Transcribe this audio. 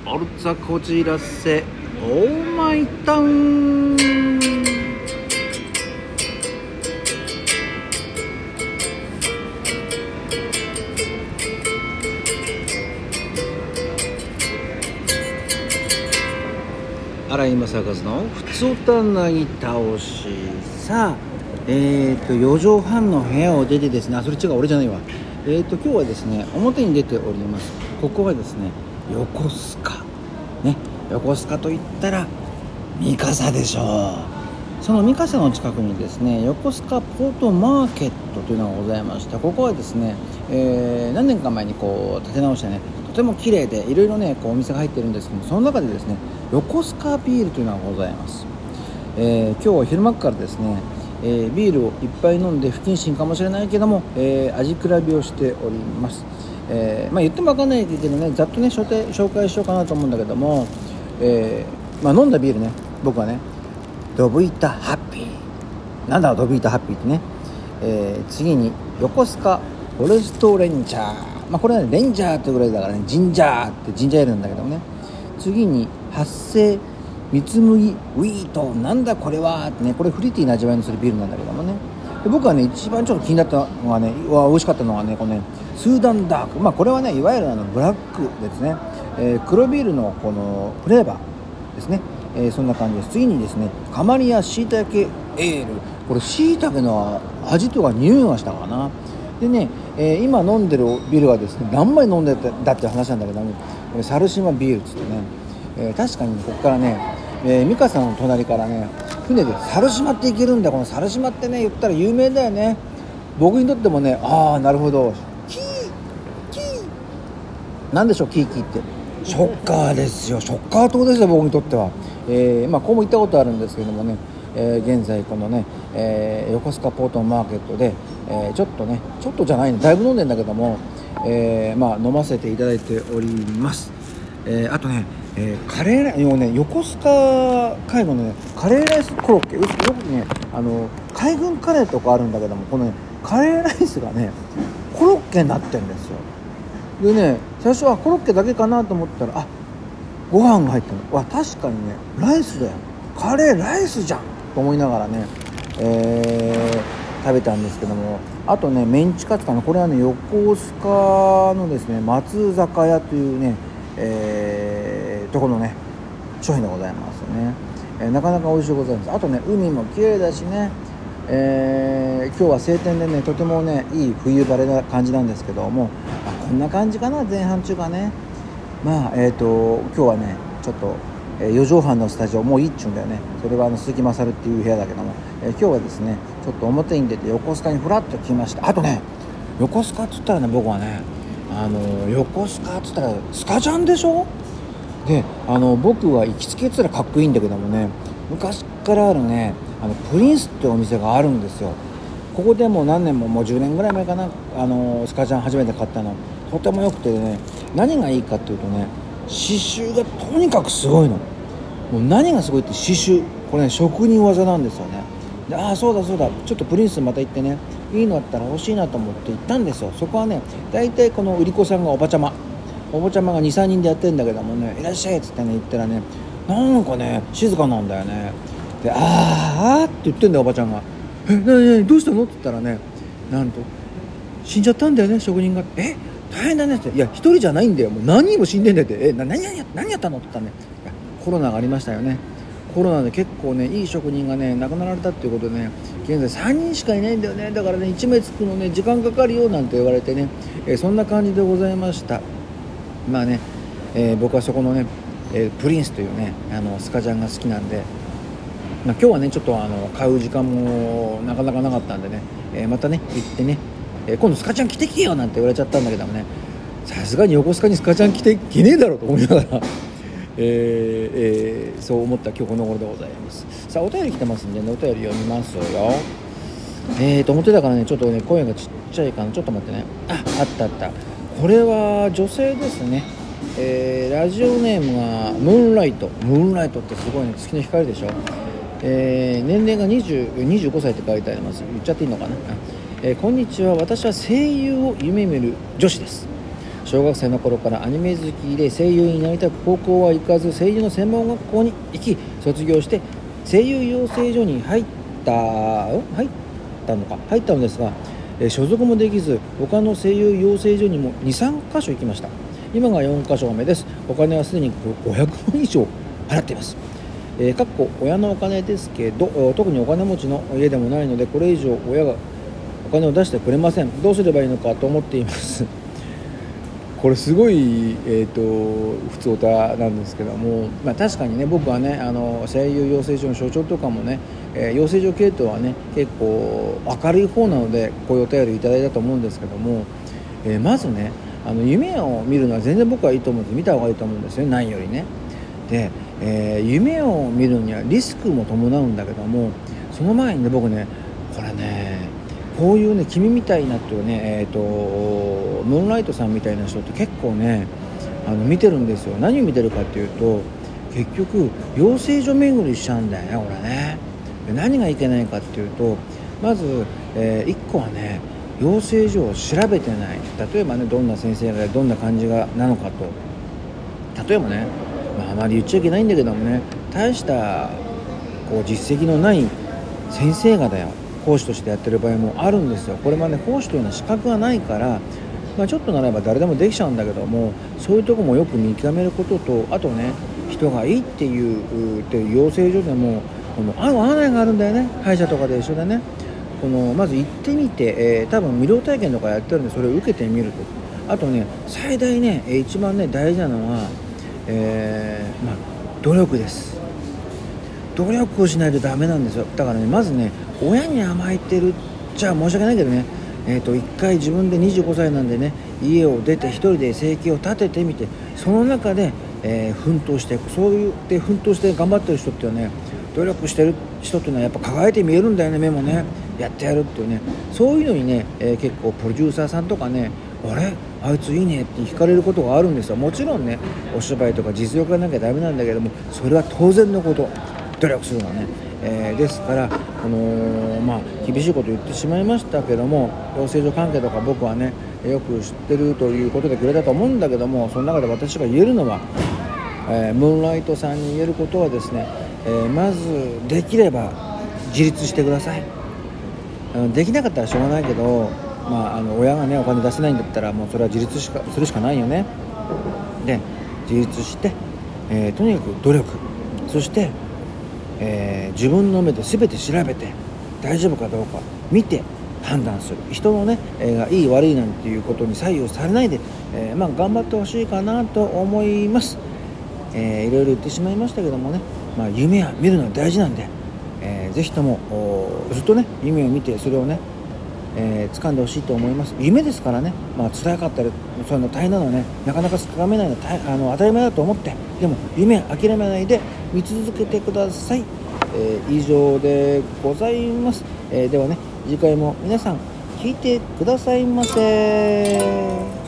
オルツァこじらせオーマイタウン。荒井正和のふつおたなぎ倒し。さあ4畳半の部屋を出てですね、それ違う、俺じゃないわ。今日はですね、表に出ております。ここはですね、横須賀ね。横須賀といったら三笠でしょう。その三笠の近くにですね、横須賀ポートマーケットというのがございました。ここはですね、何年か前にこう建て直してね、とても綺麗でいろいろねこうお店が入ってるんですけども、その中でですね、横須賀ビールというのがございます。今日は昼間からですね、ビールをいっぱい飲んで不謹慎かもしれないけども、味比べをしております。言っても分かんないけどね、ざっとね紹介しようかなと思うんだけども、飲んだビールね、僕はねドブ板ハッピーなんだドブ板ハッピーってね、次に横須賀フォレストレンジャー、これはねレンジャーってぐらいだからね、ジンジャーってジンジャーエールなんだけどもね、次に発生三つ麦ウィートなんだこれはってね、これフルーティーな味わいのするビールなんだけどもね、で僕はね一番ちょっと気になったのがね、美味しかったのがね、このねスーダンダーク、これはねいわゆるブラックですね、黒ビールのこのフレーバーですね、そんな感じです。次にですね、カマリアシイタケエール、これシイタケの味とか匂いがしたかな。でね、今飲んでるビールはですね、何杯飲んでただって話なんだけどね、これサルシマビールっつってね、確かにここからね、三笠の隣からね船で猿島って行けるんだ。この猿島ってね言ったら有名だよね。僕にとってもね、なるほど、キーなんでしょう、キーキーってショッカーですよ。ショッカー島ですよ、僕にとっては。ここも行ったことあるんですけどもね、現在このね、横須賀ポートマーケットで、ちょっとじゃないね、だいぶ飲んでんだけども、飲ませていただいております。あとね、カレーライスをね、横須賀海のねカレーライスコロッケ、よくね海軍カレーとかあるんだけども、このねカレーライスがねコロッケになってるんですよ。でね、最初はコロッケだけかなと思ったら、ご飯が入ってるの。確かにねライスだよ、カレーライスじゃんと思いながらね、食べたんですけども、あとねメンチカツかな。これはね横須賀のですね松坂屋というね、ところのね商品でございますね。なかなか美味しいございます。あとね海も綺麗だしね、今日は晴天でねとてもねいい冬晴れな感じなんですけども、こんな感じかな、前半中がね。今日はねちょっと、4畳半のスタジオもういいっちゅうんだよね。それは鈴木勝っていう部屋だけども、今日はですねちょっと表に出て横須賀にフラッと来ました。あとね横須賀っつったらね、僕はね横須賀っつったらスカジャンでしょ。で僕は行きつけっつったらかっこいいんだけどもね、昔からあるねプリンスってお店があるんですよ。ここでもう何年も、もう10年ぐらい前かな、スカジャン初めて買ったの。とても良くてね、何がいいかっていうとね、刺繍がとにかくすごいの。もう何がすごいって刺繍、これね職人技なんですよね。でそうだちょっとプリンスまた行ってね、いいのあったら欲しいなと思って行ったんですよ。そこはね大体この売り子さんがおばちゃまが 2,3 人でやってるんだけどもね、いらっしゃいっつってね言ったらね、なんかね静かなんだよね。でって言ってんだよおばちゃんが。何どうしたのって言ったらね、なんと死んじゃったんだよね職人が。大変だねって。いや一人じゃないんだよ、もう何人も死んでんだよって。何やったのって言ったらね、コロナがありましたよね。コロナで結構ねいい職人がね亡くなられたっていうことでね、現在3人しかいないんだよね。だからね1名つくのね時間かかるよなんて言われてね、そんな感じでございました。僕はそこのね、プリンスというねスカジャンが好きなんで、今日はねちょっと買う時間もなかなかなかったんでね、またね行ってね、今度スカジャン着てきてよなんて言われちゃったんだけどもね、さすがに横須賀にスカジャン着ねえだろうと思いながらそう思った今日この頃でございます。さあお便り来てますんでね、お便り読みますよ。表だからねちょっとね声がちっちゃいかな。ちょっと待ってね。あったこれは女性ですね。ラジオネームがムーンライトってすごいね、月の光でしょ。年齢が25歳って書いてあります。言っちゃっていいのかな。こんにちは、私は声優を夢見る女子です。 小学生の頃からアニメ好きで声優になりたく、高校は行かず声優の専門学校に行き、卒業して声優養成所に入ったのですが、所属もできず、他の声優養成所にも 2,3 箇所行きました。今が4箇所目です。お金はすでに500万以上払っています。かっこ親のお金ですけど、特にお金持ちの家でもないので、これ以上親がお金を出してくれません。どうすればいいのかと思っていますこれすごい、普通オタなんですけども、確かにね、僕はね、声優養成所の所長とかもね、養成所系統はね結構明るい方なので、こういうお便りいただいたと思うんですけども、まずね、夢を見るのは全然僕はいいと思うんです。見た方がいいと思うんですよ、ないよりね。で、夢を見るにはリスクも伴うんだけども、その前にね、僕ね、これね、こういうね、君みたいなっていうね、ムーンライトさんみたいな人って結構ね、見てるんですよ。何を見てるかっていうと、結局養成所巡りしちゃうんだよね、これね。で、何がいけないかっていうと、まず、1個はね、養成所を調べてない。例えばね、どんな先生がどんな感じがなのかと。例えばね、あまり言っちゃいけないんだけどもね、大したこう実績のない先生がだよ、講師としてやってる場合もあるんですよ。これはね、講師というのは資格がないから、ちょっとならば誰でもできちゃうんだけども、そういうとこもよく見極めることと、あとね、人がいいっていう養成所でも合う合わないがあるんだよね。歯医者とかで一緒でね、まず行ってみて、多分無料体験とかやってるんで、それを受けてみると。あとね、最大ね、一番ね大事なのは、努力です。努力をしないとダメなんですよ。だからね、まずね、親に甘えてるじゃ申し訳ないけどね、一回自分で25歳なんでね、家を出て一人で生計を立ててみて、その中で、奮闘していく。そういうで奮闘して頑張ってる人っていうのはね、努力してる人っていうのはやっぱ輝いて見えるんだよね。目もね、やってやるっていうね、そういうのにね、結構プロデューサーさんとかね、あいついいねって惹かれることがあるんですよ。もちろんね、お芝居とか実力がなきゃダメなんだけども、それは当然のこと。努力するのはね、ですから、厳しいこと言ってしまいましたけども、養成所関係とか僕はねよく知ってるということでくれたと思うんだけども、その中で私が言えるのは、ムーンライトさんに言えることはですね、まずできれば自立してください。できなかったらしょうがないけど、親がねお金出せないんだったら、もうそれは自立するしかないよね。で、自立して、とにかく努力、そして、自分の目で全て調べて大丈夫かどうか見て判断する。人のね、がいい悪いなんていうことに左右されないで、頑張ってほしいかなと思います。いろいろ言ってしまいましたけどもね、夢は見るのは大事なんで、ぜひともずっとね夢を見て、それをね、掴んでほしいと思います。夢ですからね、辛かったりそういうの大変なのはね、なかなか掴めないのは当たり前だと思って、でも夢諦めないで見続けてください。以上でございます。ではね、次回も皆さん聞いてくださいませ。